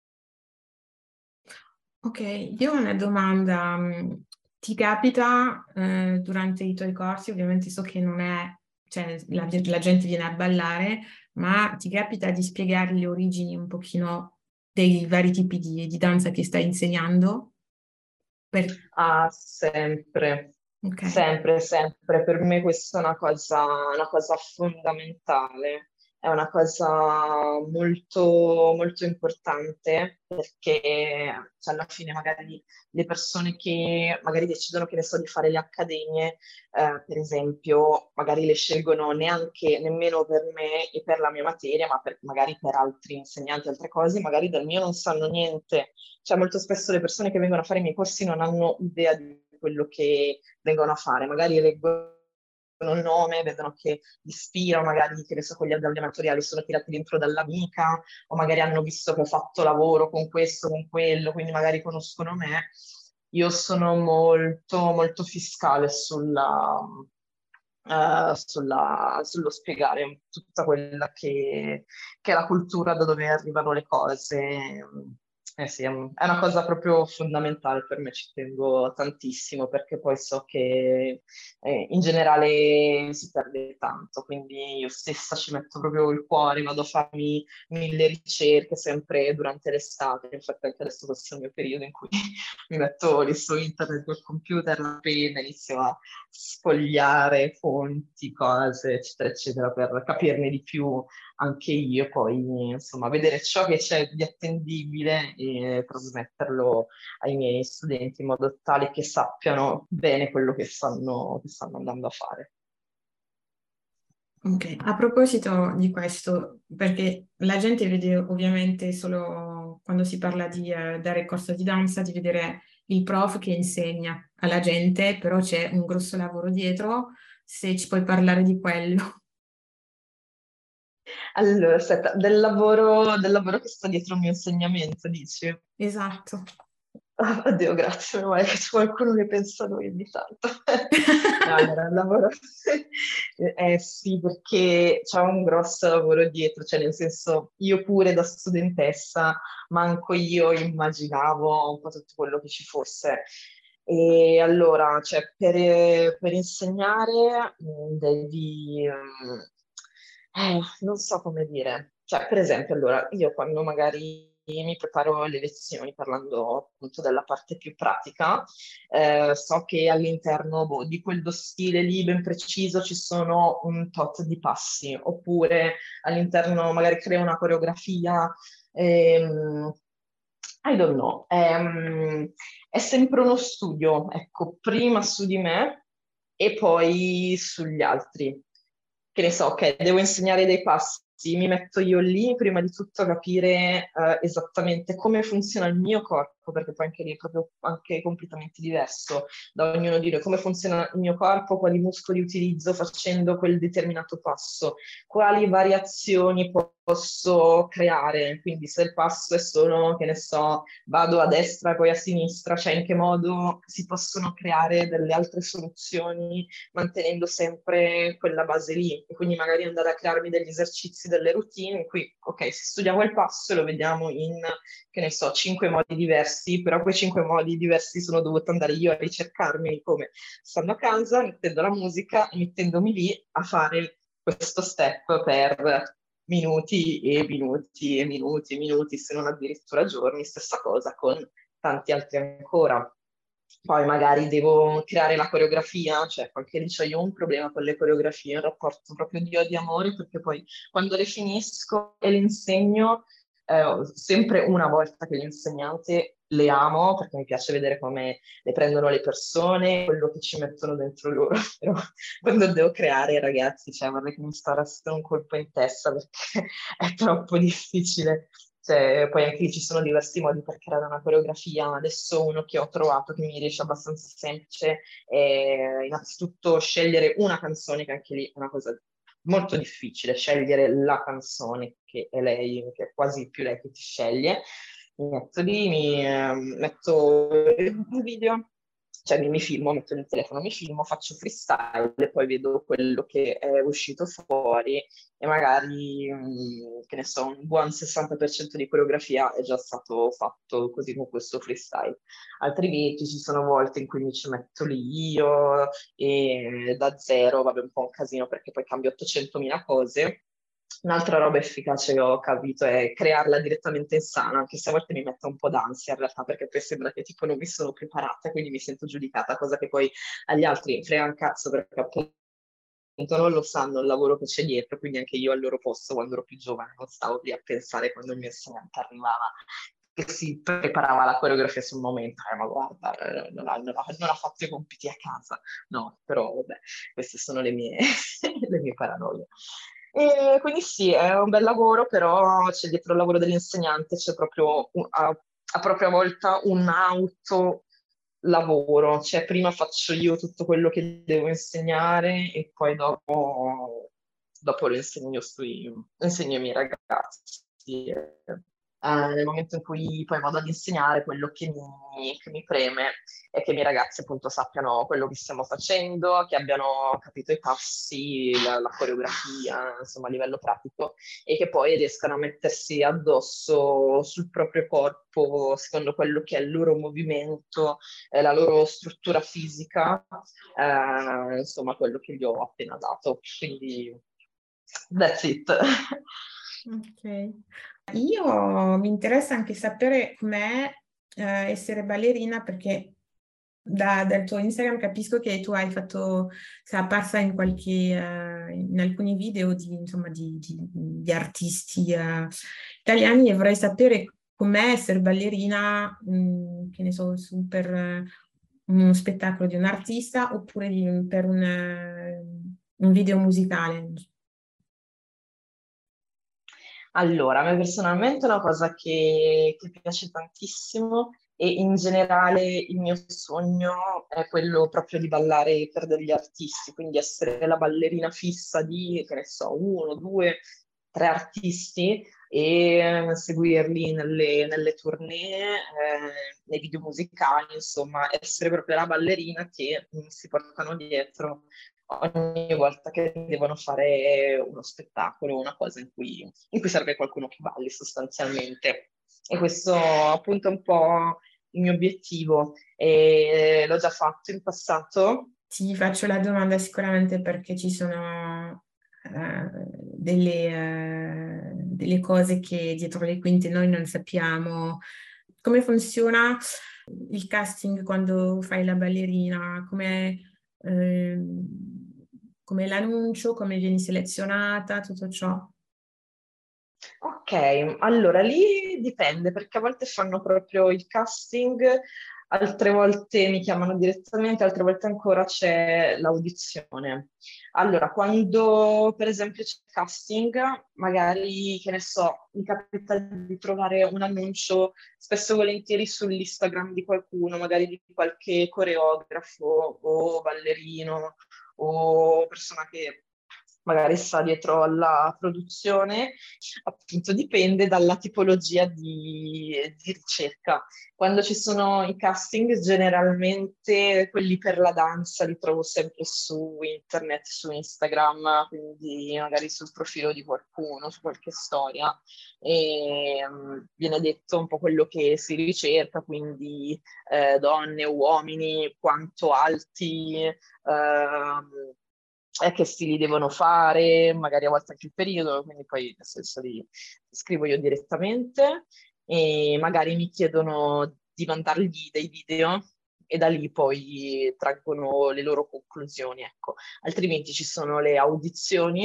Ok, io ho una domanda. Ti capita eh, durante i tuoi corsi, ovviamente so che non è, cioè la, la gente viene a ballare, ma ti capita di spiegare le origini un pochino dei vari tipi di, di danza che stai insegnando? Per... Ah, sempre, Okay. sempre, sempre. Per me questa è una cosa, una cosa fondamentale, è una cosa molto, molto importante perché cioè, alla fine magari le persone che magari decidono, che ne so, di fare le accademie, eh, per esempio, magari le scelgono neanche, nemmeno per me e per la mia materia, ma per, magari per altri insegnanti, altre cose, magari del mio non sanno niente. Cioè molto spesso le persone che vengono a fare i miei corsi non hanno idea di quello che vengono a fare, magari leggono il nome, vedono che ispira, magari che ne so, quegli abbiamo amatoriali sono tirati dentro dall'amica, o magari hanno visto che ho fatto lavoro con questo, con quello, quindi magari conoscono me. io sono molto, molto fiscale sulla, eh, sulla- sullo spiegare tutta quella che, che è la cultura da dove arrivano le cose. Eh sì, è un- è una cosa proprio fondamentale per me, ci tengo tantissimo perché poi so che eh, in generale si perde tanto, quindi io stessa ci metto proprio il cuore, vado a farmi mille ricerche sempre durante l'estate, infatti anche adesso questo è il mio periodo in cui mi metto lì su internet col computer, la penna, inizio a sfogliare fonti, cose, eccetera, eccetera, per capirne di più anche io, poi insomma vedere ciò che c'è di attendibile e trasmetterlo ai miei studenti in modo tale che sappiano bene quello che stanno, che stanno andando a fare. Ok, a proposito di questo, perché la gente vede ovviamente solo quando si parla di eh, dare corso di danza, di vedere il prof che insegna alla gente, però c'è un grosso lavoro dietro, se ci puoi parlare di quello. Allora, aspetta, del lavoro, del lavoro che sta dietro il mio insegnamento, dici? Esatto. Ah, oddio, grazie, meno male che c'è qualcuno che pensa a noi ogni tanto. No, allora, il lavoro... Eh sì, perché c'è un grosso lavoro dietro, cioè nel senso, io pure da studentessa, manco io immaginavo un po' tutto quello che ci fosse. E allora, cioè, per, per insegnare mh, devi... mh, eh, non so come dire. Cioè, per esempio, allora, io quando magari mi preparo le lezioni parlando appunto della parte più pratica, eh, so che all'interno boh, di quello stile lì ben preciso ci sono un tot di passi, oppure all'interno magari creo una coreografia, ehm, I don't know, ehm, è sempre uno studio, ecco, prima su di me e poi sugli altri. Che ne so, ok, devo insegnare dei passi, mi metto io lì prima di tutto a capire eh, esattamente come funziona il mio corpo, perché poi anche lì è proprio anche completamente diverso da ognuno dire come funziona il mio corpo, quali muscoli utilizzo facendo quel determinato passo, quali variazioni po- posso creare, quindi se il passo è solo, che ne so, vado a destra e poi a sinistra, cioè in che modo si possono creare delle altre soluzioni mantenendo sempre quella base lì e quindi magari andare a crearmi degli esercizi, delle routine in cui, ok, si studia quel passo e lo vediamo in, che ne so, cinque modi diversi, però quei cinque modi diversi sono dovuto andare io a ricercarmi come stando a casa, mettendo la musica e mettendomi lì a fare questo step per minuti e minuti e minuti e minuti, se non addirittura giorni, stessa cosa con tanti altri ancora. Poi magari devo creare la coreografia, cioè anche lì c'ho io un problema con le coreografie, un rapporto proprio di odio e amore, perché poi quando le finisco e le insegno, eh, sempre una volta che l'insegnante le amo, perché mi piace vedere come le prendono le persone, quello che ci mettono dentro loro, però quando devo creare, ragazzi, cioè vorrei che mi sparassero un colpo in testa perché è troppo difficile. Cioè, poi anche lì ci sono diversi modi per creare una coreografia. Adesso uno che ho trovato che mi riesce abbastanza semplice è innanzitutto scegliere una canzone, che anche lì è una cosa molto difficile, scegliere la canzone che è lei, che è quasi più lei che ti sceglie. Mi metto lì, mi eh, metto il video, cioè mi, mi filmo, metto il telefono, mi filmo, faccio freestyle e poi vedo quello che è uscito fuori e magari, mh, che ne so, un buon sessanta per cento di coreografia è già stato fatto così con questo freestyle. Altrimenti ci sono volte in cui mi ci metto lì io e da zero, vabbè un po' un casino perché poi cambio ottocentomila cose. Un'altra roba efficace che ho capito è crearla direttamente in sala, anche se a volte mi mette un po' d'ansia in realtà, perché poi sembra che tipo non mi sono preparata, quindi mi sento giudicata, cosa che poi agli altri frega un cazzo, perché appunto non lo sanno il lavoro che c'è dietro, quindi anche io al loro posto, quando ero più giovane, non stavo lì a pensare quando il mio insegnante arrivava che si preparava la coreografia sul momento, eh, ma guarda, eh, non ha, non ha- non ha fatto i compiti a casa, no, però vabbè, queste sono le mie, le mie paranoie. E quindi sì, è un bel lavoro, però c'è dietro il lavoro dell'insegnante, c'è proprio un- a, a propria volta un autolavoro, cioè prima faccio io tutto quello che devo insegnare e poi dopo, dopo lo insegno, sui, insegno ai miei ragazzi. Eh, nel momento in cui poi vado ad insegnare, quello che mi, che mi preme è che i miei ragazzi appunto sappiano quello che stiamo facendo, che abbiano capito i passi, la, la coreografia, insomma a livello pratico, e che poi riescano a mettersi addosso sul proprio corpo, secondo quello che è il loro movimento, eh, la loro struttura fisica, eh, insomma quello che gli ho appena dato. Quindi that's it. Ok. Io mi interessa anche sapere com'è eh, essere ballerina, perché da- dal tuo Instagram capisco che tu hai fatto, sei apparsa in qualche, eh, in alcuni video di, insomma, di, di- di artisti eh, italiani, e vorrei sapere com'è essere ballerina, mh, che ne so, su- per eh, uno spettacolo di un artista oppure di- per un, eh, un video musicale. Allora, a me personalmente è una cosa che, che piace tantissimo, e in generale il mio sogno è quello proprio di ballare per degli artisti, quindi essere la ballerina fissa di, che ne so, uno, due, tre artisti, e seguirli nelle, nelle tournée, eh, nei video musicali, insomma, essere proprio la ballerina che mm, si portano dietro ogni volta che devono fare uno spettacolo, una cosa in cui, in cui serve qualcuno che balli sostanzialmente. E questo appunto è un po' il mio obiettivo, e l'ho già fatto in passato. Ti faccio la domanda sicuramente perché ci sono eh, delle, eh, delle cose che dietro le quinte noi non sappiamo. Come funziona il casting quando fai la ballerina? Come, ehm, come l'annuncio? Come vieni selezionata? Tutto ciò? Ok, allora lì dipende, perché a volte fanno proprio il casting, altre volte mi chiamano direttamente, altre volte ancora c'è l'audizione. Allora, quando per esempio c'è il casting, magari, che ne so, mi capita di trovare un annuncio spesso e volentieri sull'Instagram di qualcuno, magari di qualche coreografo o ballerino o persona che magari sta dietro alla produzione. Appunto dipende dalla tipologia di, di ricerca. Quando ci sono i casting, generalmente quelli per la danza li trovo sempre su internet, su Instagram, quindi magari sul profilo di qualcuno, su qualche storia, e um, viene detto un po' quello che si ricerca, quindi eh, donne, uomini, quanto alti, ehm, e che stili devono fare, magari a volte anche il periodo, quindi poi nel senso li scrivo io direttamente, e magari mi chiedono di mandargli dei video e da lì poi traggono le loro conclusioni, ecco. Altrimenti ci sono le audizioni,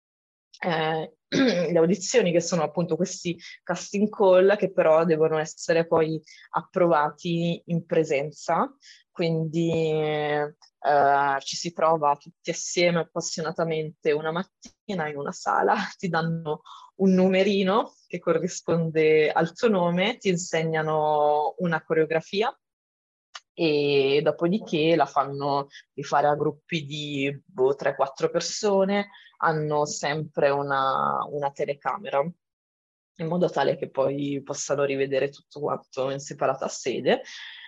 eh, le audizioni che sono appunto questi casting call che però devono essere poi approvati in presenza, quindi eh, ci si trova tutti assieme appassionatamente una mattina in una sala, ti danno un numerino che corrisponde al tuo nome, ti insegnano una coreografia e dopodiché la fanno rifare a gruppi di boh, tre quattro persone, hanno sempre una, una telecamera in modo tale che poi possano rivedere tutto quanto in separata sede.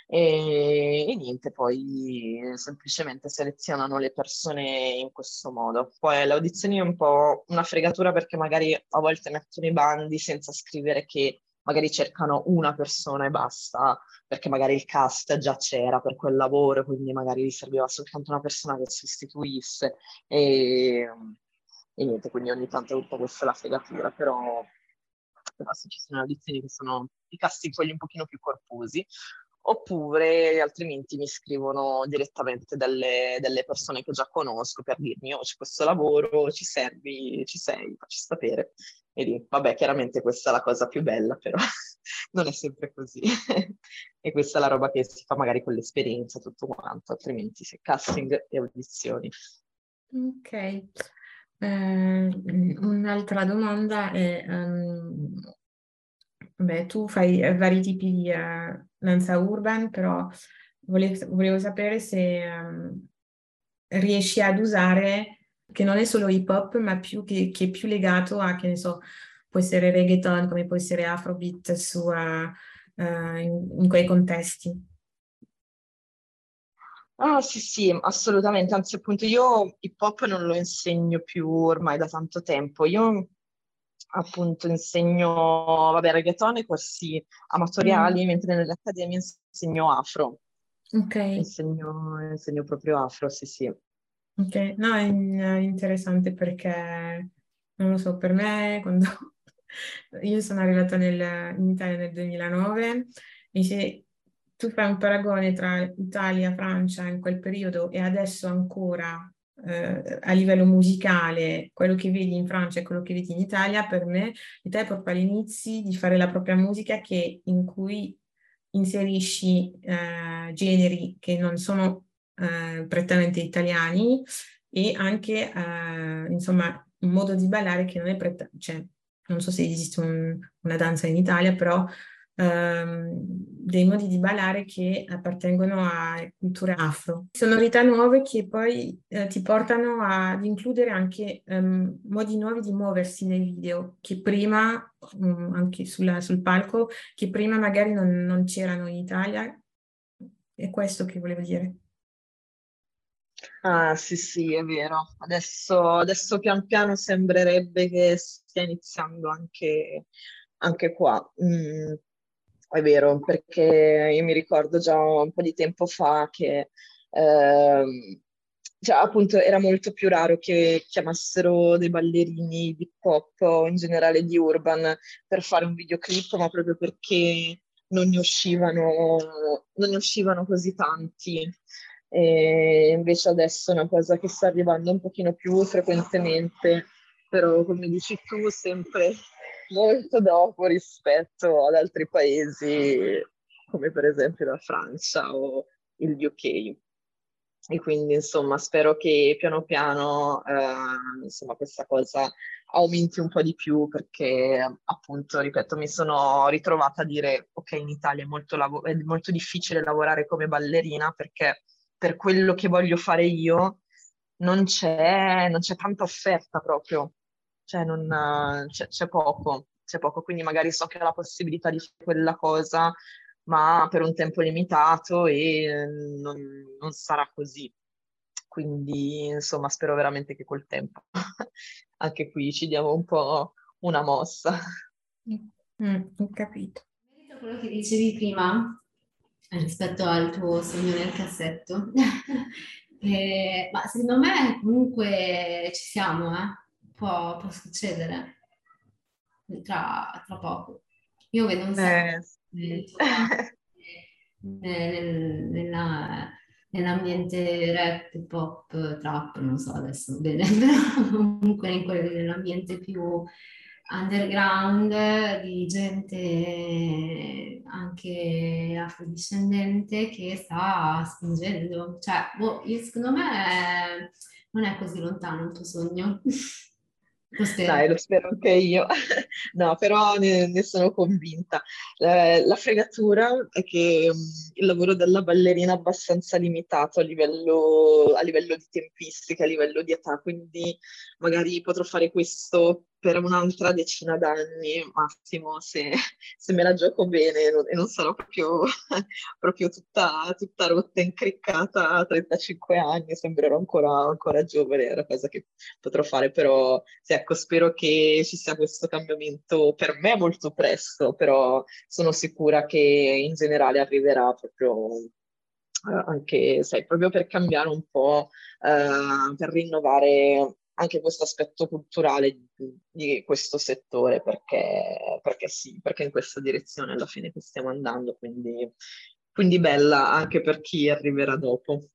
E, e niente, poi semplicemente selezionano le persone in questo modo. Poi le audizioni è un po' una fregatura perché magari a volte mettono i bandi senza scrivere che magari cercano una persona e basta, perché magari il cast già c'era per quel lavoro, quindi magari gli serviva soltanto una persona che sostituisse. E, e niente, quindi ogni tanto è tutta questa la fregatura, però, però se ci sono audizioni che sono i casting quelli un pochino più corposi, oppure altrimenti mi scrivono direttamente delle, delle persone che già conosco per dirmi oh c'è questo lavoro, ci servi, ci sei, facci sapere. E lì, vabbè, chiaramente questa è la cosa più bella, però non è sempre così. E questa è la roba che si fa magari con l'esperienza, tutto quanto, altrimenti se casting e audizioni. Ok. Eh, un'altra domanda è, um, beh, tu fai eh, vari tipi di eh, danza urban, però volevo, volevo sapere se um, riesci ad usare, che non è solo hip hop, ma più che, che è più legato a, che ne so, può essere reggaeton, come può essere afrobeat su, uh, uh, in, in quei contesti. Ah, sì, sì, assolutamente. Anzi, appunto, io hip hop non lo insegno più ormai da tanto tempo. Io, appunto, insegno, vabbè, reggaeton e corsi amatoriali, Mm. mentre nelle accademie insegno afro. Ok, Insegno, insegno proprio afro, sì, sì. ok. No, è in- è interessante perché, non lo so, per me, quando io sono arrivata nel- in Italia nel duemilanove, e se tu fai un paragone tra Italia e Francia in quel periodo e adesso ancora eh, a livello musicale, quello che vedi in Francia e quello che vedi in Italia, per me l'Italia è proprio agli inizi di fare la propria musica che, in cui inserisci eh, generi che non sono eh, prettamente italiani e anche eh, insomma un modo di ballare che non è pretta- cioè non so se esiste un- una danza in Italia, però ehm, dei modi di ballare che appartengono a culture afro. Sonorità nuove che poi eh, ti portano ad includere anche ehm, modi nuovi di muoversi nei video, che prima, mm, anche sulla- sul palco, che prima magari non, non c'erano in Italia. È questo che volevo dire. Ah, sì, sì, è vero. Adesso, adesso pian piano sembrerebbe che stia iniziando anche, anche qua. Mm, è vero, perché io mi ricordo già un po' di tempo fa che ehm, cioè, appunto era molto più raro che chiamassero dei ballerini di pop o in generale di urban per fare un videoclip, ma proprio perché non ne uscivano, non ne uscivano così tanti. E invece adesso è una cosa che sta arrivando un pochino più frequentemente, però come dici tu, sempre molto dopo rispetto ad altri paesi, come per esempio la Francia o il U K. E quindi, insomma, spero che piano piano, eh, insomma, questa cosa aumenti un po' di più perché, appunto, ripeto, mi sono ritrovata a dire, ok, in Italia è molto, lavo- è molto difficile lavorare come ballerina perché per quello che voglio fare io non c'è non c'è tanta offerta proprio, cioè non, eh, c'è c'è poco, c'è poco, quindi magari so che ho la possibilità di fare quella cosa, ma per un tempo limitato e eh, non, non sarà così. Quindi, insomma, spero veramente che col tempo anche qui ci diamo un po' una mossa. Mm, ho capito. In merito a quello che dicevi prima, eh, rispetto al tuo sogno nel cassetto, eh, ma secondo me comunque ci siamo, eh. Può, può succedere tra, tra poco. Io vedo un sacco Eh, di sì. talento nel- nella- nell'ambiente rap, hip hop, trap, non so adesso bene, però comunque in quel- nell'ambiente più underground di gente anche afrodiscendente che sta spingendo. Cioè, boh, io- secondo me non è così lontano il tuo sogno. Lo spero. Dai, lo spero anche io. No, però ne, ne sono convinta. La, la fregatura è che mh, il lavoro della ballerina è abbastanza limitato a livello, a livello di tempistica, a livello di età, quindi magari potrò fare questo per un'altra decina d'anni, massimo, se, se me la gioco bene e non, e non sarò proprio, proprio tutta, tutta rotta, incriccata a trentacinque anni, sembrerò ancora, ancora giovane, è una cosa che potrò fare, però sì, ecco, spero che ci sia questo cambiamento per me molto presto, però sono sicura che in generale arriverà proprio eh, anche, sai, proprio per cambiare un po', eh, per rinnovare anche questo aspetto culturale di, di questo settore, perché, perché sì, perché in questa direzione alla fine che stiamo andando, quindi, quindi bella anche per chi arriverà dopo.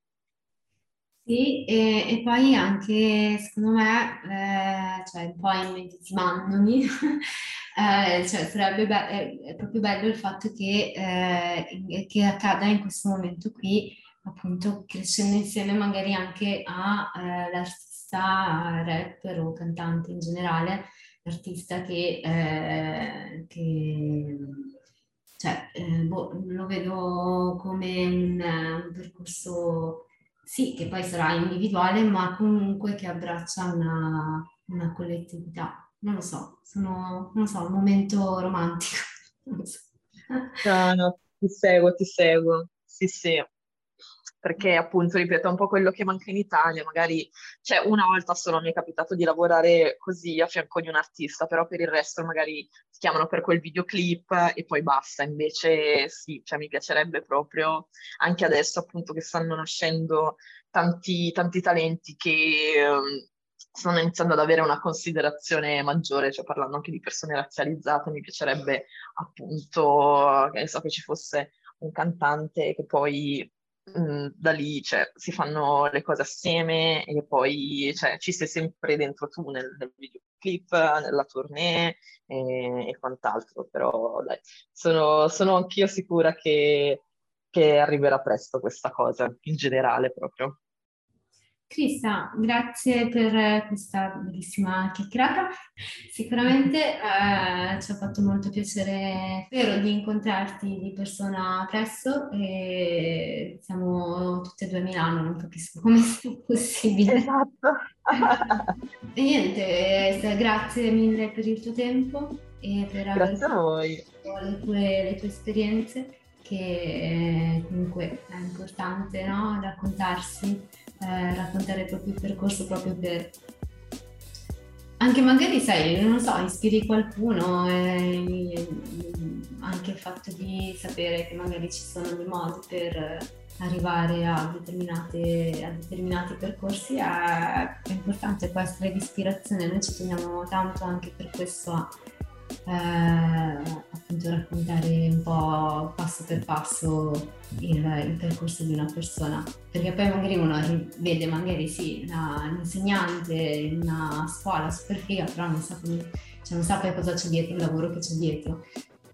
Sì, e, e poi anche secondo me, eh, cioè un po' immedesimandomi, eh, cioè sarebbe be- è, è proprio bello il fatto che, eh, che accada in questo momento qui, appunto crescendo insieme magari anche all'artista rapper o cantante in generale, l'artista che, eh, che cioè, eh, boh, lo vedo come un un percorso sì, che poi sarà individuale, ma comunque che abbraccia una, una collettività. non lo so, sono, non so, un momento romantico. Non lo so. No, no, ti seguo, ti seguo. Sì, sì. Perché appunto, ripeto, è un po' quello che manca in Italia, magari, cioè una volta solo mi è capitato di lavorare così a fianco di un artista, però per il resto magari ti chiamano per quel videoclip e poi basta, invece sì, cioè mi piacerebbe proprio, anche adesso appunto che stanno nascendo tanti, tanti talenti che ehm, stanno iniziando ad avere una considerazione maggiore, cioè parlando anche di persone razzializzate, mi piacerebbe appunto, che ne so, che ci fosse un cantante che poi mh, da lì cioè, si fanno le cose assieme e poi cioè, ci sei sempre dentro tu nel, nel videoclip, nella tournée e, e quant'altro, però dai, sono, sono anch'io sicura che, che arriverà presto questa cosa, in generale proprio. Crista, grazie per questa bellissima chiacchierata. Sicuramente eh, ci ha fatto molto piacere, spero di incontrarti di persona presto e siamo tutte e due a Milano, non capisco come sia possibile. Esatto. E niente, eh, grazie mille per il tuo tempo e per aver Grazie a voi. le tue, le tue esperienze, che eh, comunque è importante, no? Raccontarsi. Eh, raccontare il proprio percorso proprio per anche magari sai, non lo so, ispiri qualcuno e anche il fatto di sapere che magari ci sono dei modi per arrivare a determinate a determinati percorsi è, è importante, può essere di ispirazione. Noi ci teniamo tanto anche per questo a eh, appunto raccontare un po' passo per passo il, il percorso di una persona, perché poi magari uno vede magari sì la, l'insegnante in una scuola super figa, però non sa, come, cioè non sa poi cosa c'è dietro, il lavoro che c'è dietro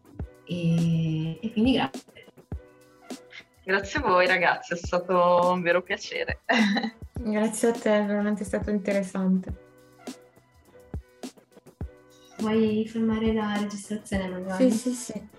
e, e quindi grazie. Grazie a voi ragazzi, è stato un vero piacere. Grazie a te, veramente è stato interessante. Vuoi fermare la registrazione, Manuela? Sì, sì, sì.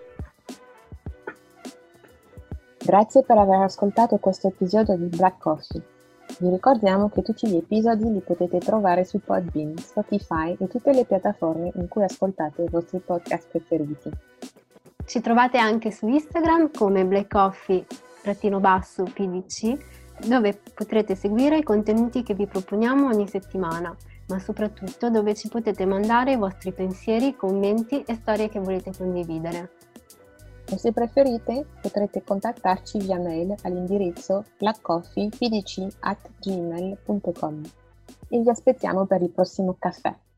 Grazie per aver ascoltato questo episodio di Black Coffee. Vi ricordiamo che tutti gli episodi li potete trovare su Podbean, Spotify e tutte le piattaforme in cui ascoltate i vostri podcast preferiti. Ci trovate anche su Instagram come Black Coffee trattino basso P D C, dove potrete seguire i contenuti che vi proponiamo ogni settimana, ma soprattutto dove ci potete mandare i vostri pensieri, commenti e storie che volete condividere. E se preferite potrete contattarci via mail all'indirizzo blackcoffeepdc at gmail punto com e vi aspettiamo per il prossimo caffè.